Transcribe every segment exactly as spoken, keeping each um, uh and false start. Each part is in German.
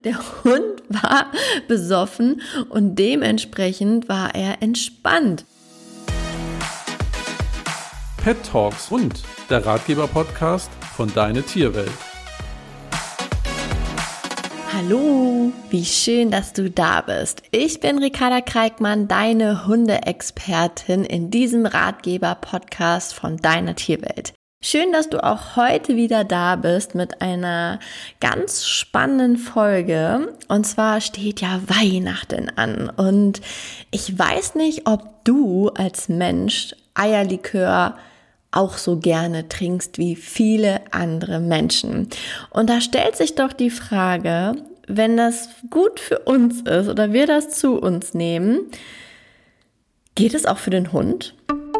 Der Hund war besoffen und dementsprechend war er entspannt. Pet Talks Hund, der Ratgeber-Podcast von Deine Tierwelt. Hallo, wie schön, dass du da bist. Ich bin Ricarda Kreikmann, deine Hundeexpertin in diesem Ratgeber-Podcast von Deiner Tierwelt. Schön, dass du auch heute wieder da bist mit einer ganz spannenden Folge. Und zwar steht ja Weihnachten an. Und ich weiß nicht, ob du als Mensch Eierlikör auch so gerne trinkst wie viele andere Menschen. Und da stellt sich doch die Frage, wenn das gut für uns ist oder wir das zu uns nehmen, geht es auch für den Hund?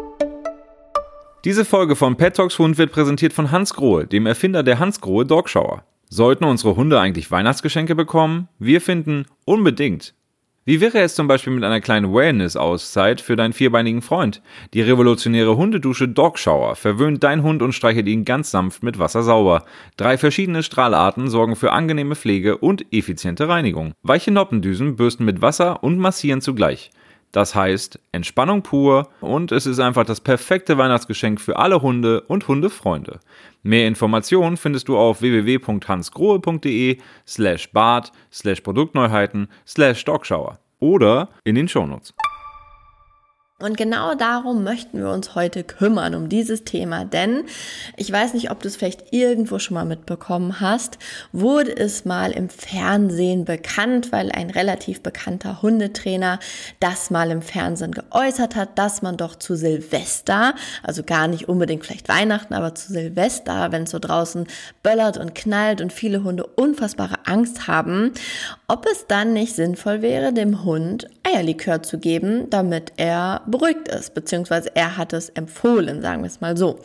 Diese Folge von Pet Talks Hund wird präsentiert von Hans Grohe, dem Erfinder der Hans Grohe Dog Shower. Sollten unsere Hunde eigentlich Weihnachtsgeschenke bekommen? Wir finden unbedingt. Wie wäre es zum Beispiel mit einer kleinen Wellness-Auszeit für deinen vierbeinigen Freund? Die revolutionäre Hundedusche Dog Shower verwöhnt dein Hund und streichelt ihn ganz sanft mit Wasser sauber. Drei verschiedene Strahlarten sorgen für angenehme Pflege und effiziente Reinigung. Weiche Noppendüsen bürsten mit Wasser und massieren zugleich. Das heißt, Entspannung pur und es ist einfach das perfekte Weihnachtsgeschenk für alle Hunde und Hundefreunde. Mehr Informationen findest du auf w w w punkt hansgrohe punkt de slash bart slash Produktneuheiten slash Dogshower oder in den Shownotes. Und genau darum möchten wir uns heute kümmern, um dieses Thema, denn ich weiß nicht, ob du es vielleicht irgendwo schon mal mitbekommen hast, wurde es mal im Fernsehen bekannt, weil ein relativ bekannter Hundetrainer das mal im Fernsehen geäußert hat, dass man doch zu Silvester, also gar nicht unbedingt vielleicht Weihnachten, aber zu Silvester, wenn es so draußen böllert und knallt und viele Hunde unfassbare Angst haben, ob es dann nicht sinnvoll wäre, dem Hund Eierlikör zu geben, damit er beruhigt ist, beziehungsweise er hat es empfohlen, sagen wir es mal so.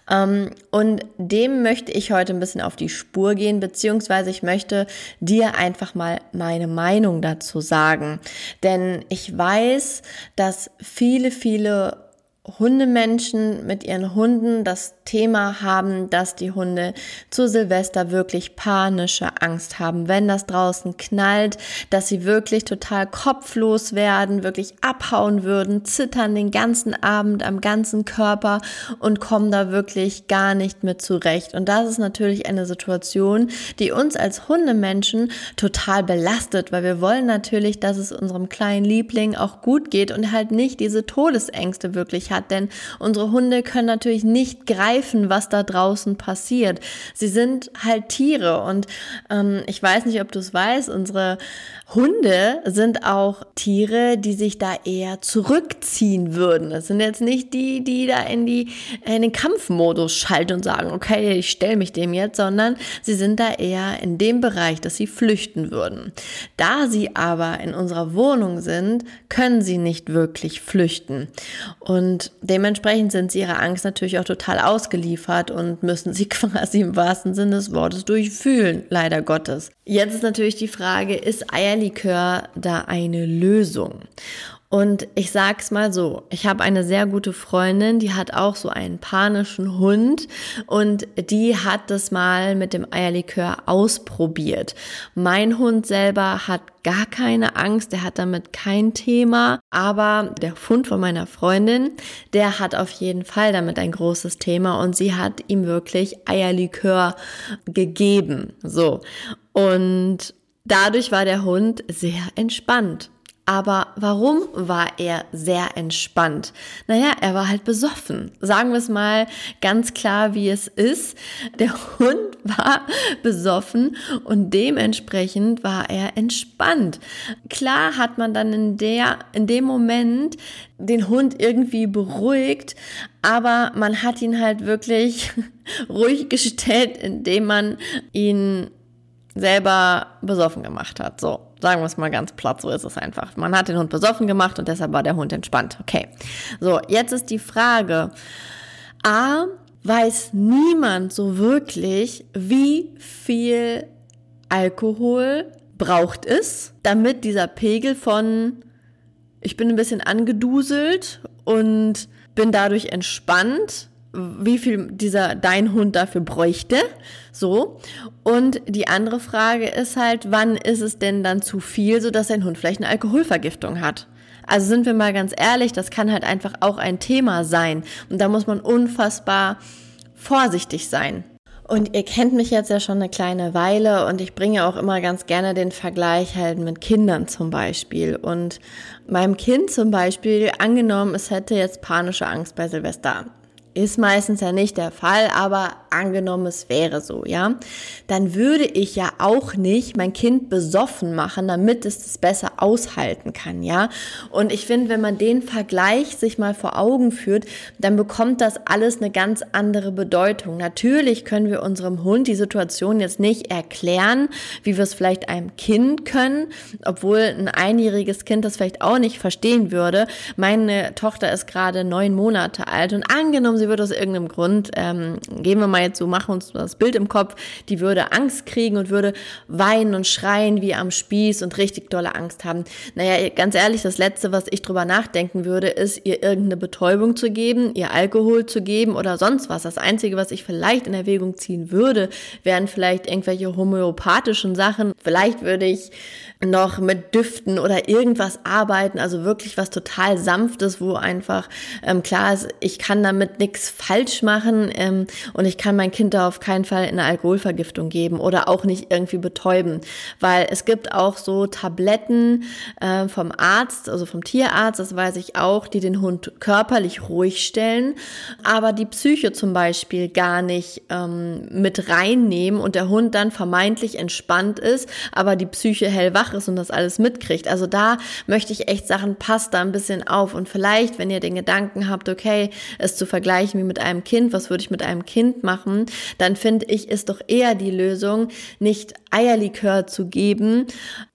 Und dem möchte ich heute ein bisschen auf die Spur gehen, beziehungsweise ich möchte dir einfach mal meine Meinung dazu sagen. Denn ich weiß, dass viele, viele Hundemenschen mit ihren Hunden das Thema haben, dass die Hunde zu Silvester wirklich panische Angst haben, wenn das draußen knallt, dass sie wirklich total kopflos werden, wirklich abhauen würden, zittern den ganzen Abend am ganzen Körper und kommen da wirklich gar nicht mit zurecht. Und das ist natürlich eine Situation, die uns als Hundemenschen total belastet, weil wir wollen natürlich, dass es unserem kleinen Liebling auch gut geht und halt nicht diese Todesängste wirklich hat, denn unsere Hunde können natürlich nicht greifen, was da draußen passiert. Sie sind halt Tiere und ähm, ich weiß nicht, ob du es weißt, unsere Hunde sind auch Tiere, die sich da eher zurückziehen würden. Das sind jetzt nicht die, die da in, die, in den Kampfmodus schalten und sagen, okay, ich stelle mich dem jetzt, sondern sie sind da eher in dem Bereich, dass sie flüchten würden. Da sie aber in unserer Wohnung sind, können sie nicht wirklich flüchten. Und dementsprechend sind sie ihrer Angst natürlich auch total ausgeliefert und müssen sie quasi im wahrsten Sinne des Wortes durchfühlen, leider Gottes. Jetzt ist natürlich die Frage, ist Eierlikör da eine Lösung? Und ich sag's mal so, ich habe eine sehr gute Freundin, die hat auch so einen panischen Hund und die hat das mal mit dem Eierlikör ausprobiert. Mein Hund selber hat gar keine Angst, der hat damit kein Thema, aber der Hund von meiner Freundin, der hat auf jeden Fall damit ein großes Thema und sie hat ihm wirklich Eierlikör gegeben. So. Und dadurch war der Hund sehr entspannt. Aber warum war er sehr entspannt? Naja, er war halt besoffen. Sagen wir es mal ganz klar, wie es ist. Der Hund war besoffen und dementsprechend war er entspannt. Klar hat man dann in der, in dem Moment den Hund irgendwie beruhigt, aber man hat ihn halt wirklich ruhig gestellt, indem man ihn selber besoffen gemacht hat. So, sagen wir es mal ganz platt, so ist es einfach. Man hat den Hund besoffen gemacht und deshalb war der Hund entspannt. Okay, so, jetzt ist die Frage, A, weiß niemand so wirklich, wie viel Alkohol braucht es, damit dieser Pegel von ich bin ein bisschen angeduselt und bin dadurch entspannt wie viel dieser dein Hund dafür bräuchte, so. Und die andere Frage ist halt, wann ist es denn dann zu viel, sodass dein Hund vielleicht eine Alkoholvergiftung hat? Also sind wir mal ganz ehrlich, das kann halt einfach auch ein Thema sein. Und da muss man unfassbar vorsichtig sein. Und ihr kennt mich jetzt ja schon eine kleine Weile und ich bringe auch immer ganz gerne den Vergleich halt mit Kindern zum Beispiel. Und meinem Kind zum Beispiel, angenommen, es hätte jetzt panische Angst bei Silvester. Ist meistens ja nicht der Fall, aber angenommen, es wäre so, ja, dann würde ich ja auch nicht mein Kind besoffen machen, damit es das besser aushalten kann, ja. Und ich finde, wenn man den Vergleich sich mal vor Augen führt, dann bekommt das alles eine ganz andere Bedeutung. Natürlich können wir unserem Hund die Situation jetzt nicht erklären, wie wir es vielleicht einem Kind können, obwohl ein einjähriges Kind das vielleicht auch nicht verstehen würde. Meine Tochter ist gerade neun Monate alt und angenommen, sie würde aus irgendeinem Grund, ähm, gehen wir mal jetzt so, machen uns das Bild im Kopf, die würde Angst kriegen und würde weinen und schreien wie am Spieß und richtig dolle Angst haben. Naja, ganz ehrlich, das Letzte, was ich drüber nachdenken würde, ist, ihr irgendeine Betäubung zu geben, ihr Alkohol zu geben oder sonst was. Das Einzige, was ich vielleicht in Erwägung ziehen würde, wären vielleicht irgendwelche homöopathischen Sachen. Vielleicht würde ich noch mit Düften oder irgendwas arbeiten, also wirklich was total Sanftes, wo einfach ähm, klar ist, ich kann damit nichts falsch machen ähm, und ich kann mein Kind da auf keinen Fall in eine Alkoholvergiftung geben oder auch nicht irgendwie betäuben, weil es gibt auch so Tabletten äh, vom Arzt, also vom Tierarzt, das weiß ich auch, die den Hund körperlich ruhig stellen, aber die Psyche zum Beispiel gar nicht ähm, mit reinnehmen und der Hund dann vermeintlich entspannt ist, aber die Psyche hellwach ist und das alles mitkriegt. Also da möchte ich echt sagen, passt da ein bisschen auf und vielleicht, wenn ihr den Gedanken habt, okay, es zu vergleichen wie mit einem Kind, was würde ich mit einem Kind machen, dann finde ich, ist doch eher die Lösung, nicht Eierlikör zu geben,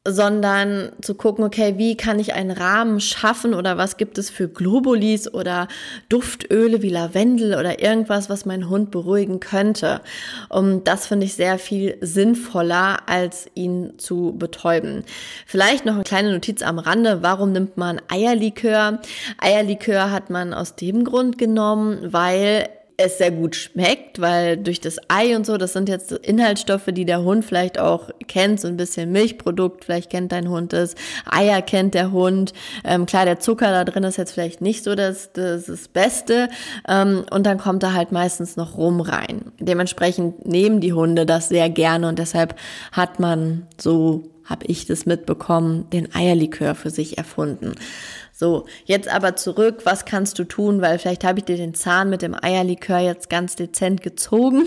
sondern zu gucken, okay, wie kann ich einen Rahmen schaffen oder was gibt es für Globulis oder Duftöle wie Lavendel oder irgendwas, was meinen Hund beruhigen könnte. Und das finde ich sehr viel sinnvoller, als ihn zu betäuben. Vielleicht noch eine kleine Notiz am Rande, warum nimmt man Eierlikör? Eierlikör hat man aus dem Grund genommen, weil es sehr gut schmeckt, weil durch das Ei und so, das sind jetzt Inhaltsstoffe, die der Hund vielleicht auch kennt, so ein bisschen Milchprodukt, vielleicht kennt dein Hund es, Eier kennt der Hund, ähm, klar, der Zucker da drin ist jetzt vielleicht nicht so das, das, das Beste ähm, und dann kommt da halt meistens noch Rum rein. Dementsprechend nehmen die Hunde das sehr gerne und deshalb hat man, so habe ich das mitbekommen, den Eierlikör für sich erfunden. So, jetzt aber zurück, was kannst du tun, weil vielleicht habe ich dir den Zahn mit dem Eierlikör jetzt ganz dezent gezogen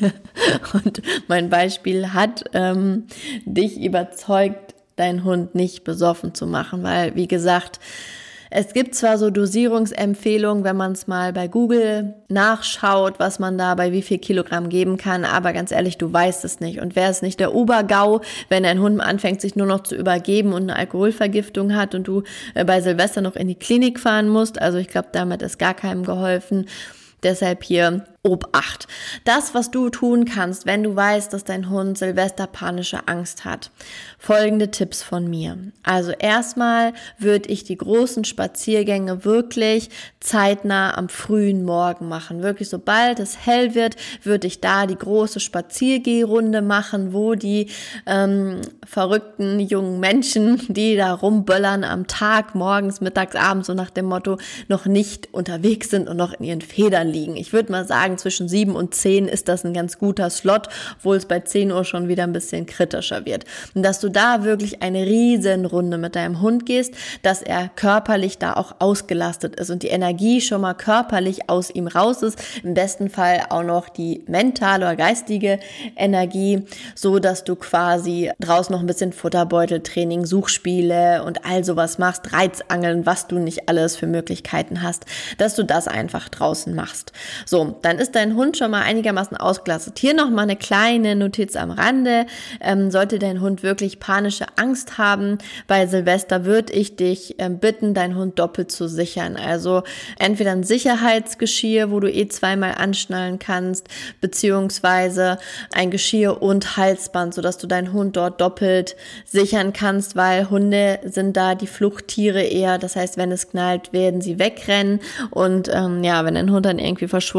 und mein Beispiel hat ähm, dich überzeugt, deinen Hund nicht besoffen zu machen, weil, wie gesagt, es gibt zwar so Dosierungsempfehlungen, wenn man es mal bei Google nachschaut, was man da bei wie viel Kilogramm geben kann, aber ganz ehrlich, du weißt es nicht. Und wäre es nicht der Obergau, wenn ein Hund anfängt, sich nur noch zu übergeben und eine Alkoholvergiftung hat und du bei Silvester noch in die Klinik fahren musst, also ich glaube, damit ist gar keinem geholfen. Deshalb hier Obacht. Das, was du tun kannst, wenn du weißt, dass dein Hund Silvester panische Angst hat. Folgende Tipps von mir. Also erstmal würde ich die großen Spaziergänge wirklich zeitnah am frühen Morgen machen. Wirklich, sobald es hell wird, würde ich da die große Spaziergehrunde machen, wo die ähm, verrückten jungen Menschen, die da rumböllern am Tag, morgens, mittags, abends, so nach dem Motto, noch nicht unterwegs sind und noch in ihren Federn liegen. Ich würde mal sagen, zwischen sieben und zehn ist das ein ganz guter Slot, obwohl es bei zehn Uhr schon wieder ein bisschen kritischer wird. Und dass du da wirklich eine riesen Runde mit deinem Hund gehst, dass er körperlich da auch ausgelastet ist und die Energie schon mal körperlich aus ihm raus ist, im besten Fall auch noch die mentale oder geistige Energie, so dass du quasi draußen noch ein bisschen Futterbeuteltraining, Suchspiele und all sowas machst, Reizangeln, was du nicht alles für Möglichkeiten hast, dass du das einfach draußen machst. So, dann ist dein Hund schon mal einigermaßen ausgelastet. Hier nochmal eine kleine Notiz am Rande. Ähm, sollte dein Hund wirklich panische Angst haben, bei Silvester würde ich dich ähm, bitten, deinen Hund doppelt zu sichern. Also entweder ein Sicherheitsgeschirr, wo du eh zweimal anschnallen kannst, beziehungsweise ein Geschirr und Halsband, sodass du deinen Hund dort doppelt sichern kannst, weil Hunde sind da die Fluchttiere eher. Das heißt, wenn es knallt, werden sie wegrennen und ähm, ja, wenn dein Hund dann irgendwie verschwunden ist, das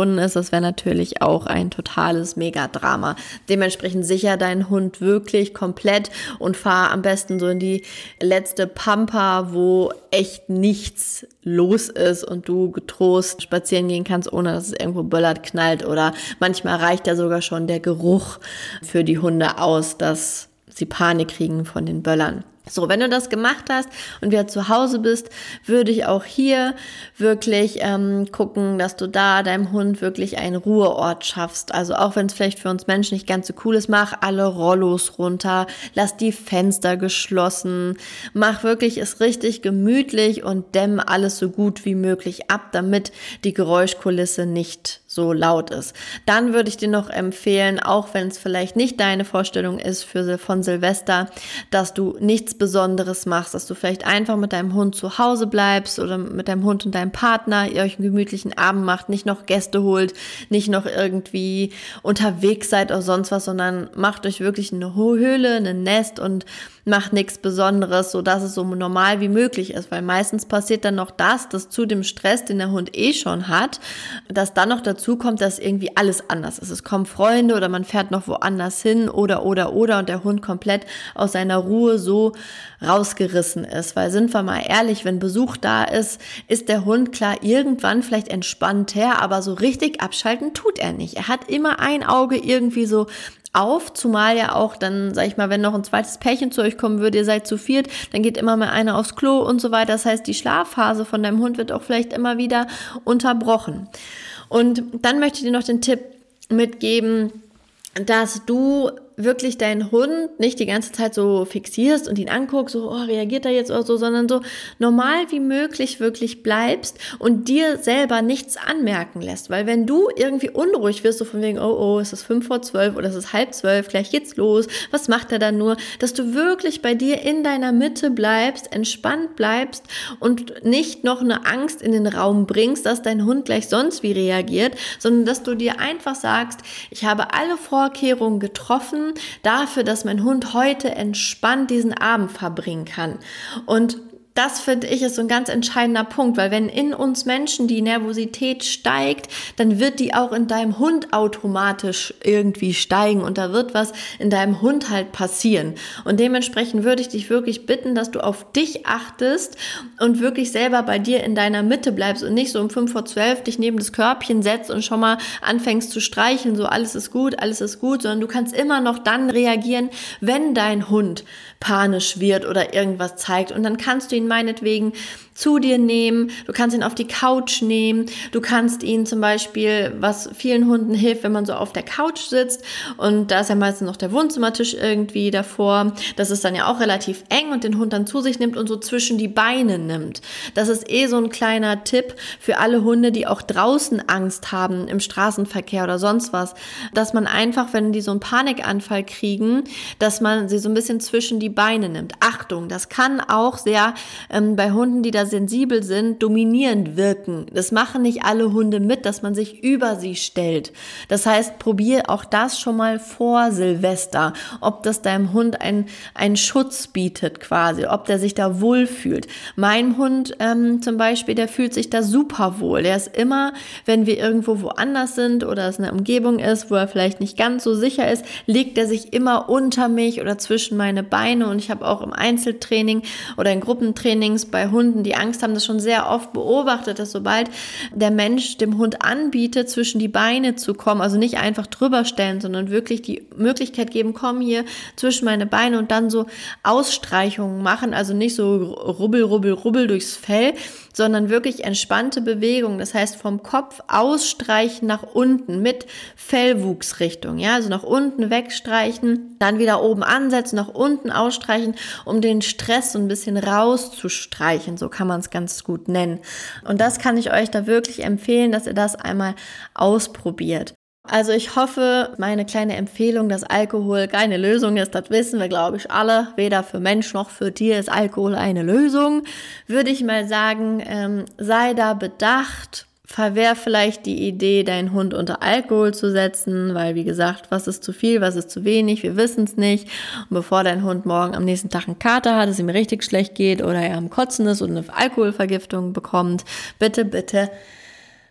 das wäre natürlich auch ein totales Megadrama. Dementsprechend sicher deinen Hund wirklich komplett und fahr am besten so in die letzte Pampa, wo echt nichts los ist und du getrost spazieren gehen kannst, ohne dass es irgendwo böllert, knallt, oder manchmal reicht ja sogar schon der Geruch für die Hunde aus, dass sie Panik kriegen von den Böllern. So, wenn du das gemacht hast und wieder zu Hause bist, würde ich auch hier wirklich ähm, gucken, dass du da deinem Hund wirklich einen Ruheort schaffst. Also auch wenn es vielleicht für uns Menschen nicht ganz so cool ist, mach alle Rollos runter, lass die Fenster geschlossen, mach wirklich es richtig gemütlich und dämm alles so gut wie möglich ab, damit die Geräuschkulisse nicht so laut ist. Dann würde ich dir noch empfehlen, auch wenn es vielleicht nicht deine Vorstellung ist für von Silvester, dass du nichts Besonderes machst, dass du vielleicht einfach mit deinem Hund zu Hause bleibst oder mit deinem Hund und deinem Partner, ihr euch einen gemütlichen Abend macht, nicht noch Gäste holt, nicht noch irgendwie unterwegs seid oder sonst was, sondern macht euch wirklich eine Höhle, ein Nest und macht nichts Besonderes, so dass es so normal wie möglich ist, weil meistens passiert dann noch das, dass zu dem Stress, den der Hund eh schon hat, dass dann noch dazu kommt, dass irgendwie alles anders ist. Es kommen Freunde oder man fährt noch woanders hin oder, oder, oder und der Hund komplett aus seiner Ruhe so rausgerissen ist, weil sind wir mal ehrlich, wenn Besuch da ist, ist der Hund klar irgendwann vielleicht entspannter, aber so richtig abschalten tut er nicht. Er hat immer ein Auge irgendwie so auf, zumal ja auch dann, sag ich mal, wenn noch ein zweites Pärchen zu euch kommen würde, ihr seid zu viert, dann geht immer mal einer aufs Klo und so weiter. Das heißt, die Schlafphase von deinem Hund wird auch vielleicht immer wieder unterbrochen. Und dann möchte ich dir noch den Tipp mitgeben, dass du wirklich deinen Hund nicht die ganze Zeit so fixierst und ihn anguckst, so, oh, reagiert er jetzt oder so, sondern so normal wie möglich wirklich bleibst und dir selber nichts anmerken lässt. Weil wenn du irgendwie unruhig wirst, so von wegen, oh, oh, es ist fünf vor zwölf oder es ist halb zwölf, gleich geht's los, was macht er dann nur, dass du wirklich bei dir in deiner Mitte bleibst, entspannt bleibst und nicht noch eine Angst in den Raum bringst, dass dein Hund gleich sonst wie reagiert, sondern dass du dir einfach sagst, ich habe alle Vorkehrungen getroffen, dafür, dass mein Hund heute entspannt diesen Abend verbringen kann. Und das, finde ich, ist so ein ganz entscheidender Punkt, weil wenn in uns Menschen die Nervosität steigt, dann wird die auch in deinem Hund automatisch irgendwie steigen und da wird was in deinem Hund halt passieren. Und dementsprechend würde ich dich wirklich bitten, dass du auf dich achtest und wirklich selber bei dir in deiner Mitte bleibst und nicht so um fünf vor zwölf dich neben das Körbchen setzt und schon mal anfängst zu streicheln, so alles ist gut, alles ist gut, sondern du kannst immer noch dann reagieren, wenn dein Hund panisch wird oder irgendwas zeigt und dann kannst du ihn meinetwegen zu dir nehmen, du kannst ihn auf die Couch nehmen, du kannst ihn zum Beispiel, was vielen Hunden hilft, wenn man so auf der Couch sitzt und da ist ja meistens noch der Wohnzimmertisch irgendwie davor, das ist dann ja auch relativ eng und den Hund dann zu sich nimmt und so zwischen die Beine nimmt. Das ist eh so ein kleiner Tipp für alle Hunde, die auch draußen Angst haben im Straßenverkehr oder sonst was, dass man einfach, wenn die so einen Panikanfall kriegen, dass man sie so ein bisschen zwischen die Beine nimmt. Achtung, das kann auch sehr ähm, bei Hunden, die da sensibel sind, dominierend wirken. Das machen nicht alle Hunde mit, dass man sich über sie stellt. Das heißt, probier auch das schon mal vor Silvester, ob das deinem Hund ein, einen Schutz bietet quasi, ob der sich da wohlfühlt. Mein Hund ähm, zum Beispiel, der fühlt sich da super wohl. Der ist immer, wenn wir irgendwo woanders sind oder es eine Umgebung ist, wo er vielleicht nicht ganz so sicher ist, legt er sich immer unter mich oder zwischen meine Beine und ich habe auch im Einzeltraining oder in Gruppentrainings bei Hunden, die Angst haben, das schon sehr oft beobachtet, dass sobald der Mensch dem Hund anbietet, zwischen die Beine zu kommen, also nicht einfach drüber stellen, sondern wirklich die Möglichkeit geben, komm hier zwischen meine Beine und dann so Ausstreichungen machen, also nicht so rubbel, rubbel, rubbel durchs Fell, sondern wirklich entspannte Bewegungen, das heißt vom Kopf ausstreichen nach unten mit Fellwuchsrichtung, ja, also nach unten wegstreichen, dann wieder oben ansetzen, nach unten ausstreichen, um den Stress so ein bisschen rauszustreichen, so kann man es ganz gut nennen. Und das kann ich euch da wirklich empfehlen, dass ihr das einmal ausprobiert. Also ich hoffe, meine kleine Empfehlung, dass Alkohol keine Lösung ist, das wissen wir, glaube ich, alle. Weder für Mensch noch für Tier ist Alkohol eine Lösung. Würde ich mal sagen, ähm, sei da bedacht. Verwehr vielleicht die Idee, deinen Hund unter Alkohol zu setzen, weil wie gesagt, was ist zu viel, was ist zu wenig, wir wissen es nicht. Und bevor dein Hund morgen am nächsten Tag einen Kater hat, es ihm richtig schlecht geht oder er am Kotzen ist und eine Alkoholvergiftung bekommt, bitte, bitte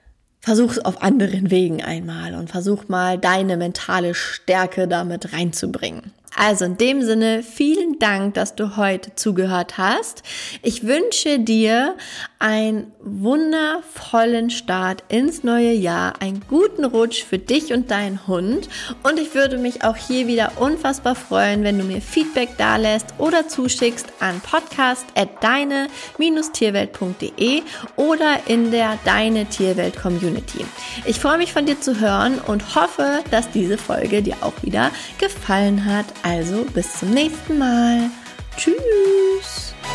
versuch es auf anderen Wegen einmal und versuch mal deine mentale Stärke damit reinzubringen. Also in dem Sinne, vielen Dank, dass du heute zugehört hast. Ich wünsche dir einen wundervollen Start ins neue Jahr, einen guten Rutsch für dich und deinen Hund. Und ich würde mich auch hier wieder unfassbar freuen, wenn du mir Feedback dalässt oder zuschickst an podcast at deine Bindestrich tierwelt punkt de oder in der Deine Tierwelt Community. Ich freue mich von dir zu hören und hoffe, dass diese Folge dir auch wieder gefallen hat. Also bis zum nächsten Mal. Tschüss.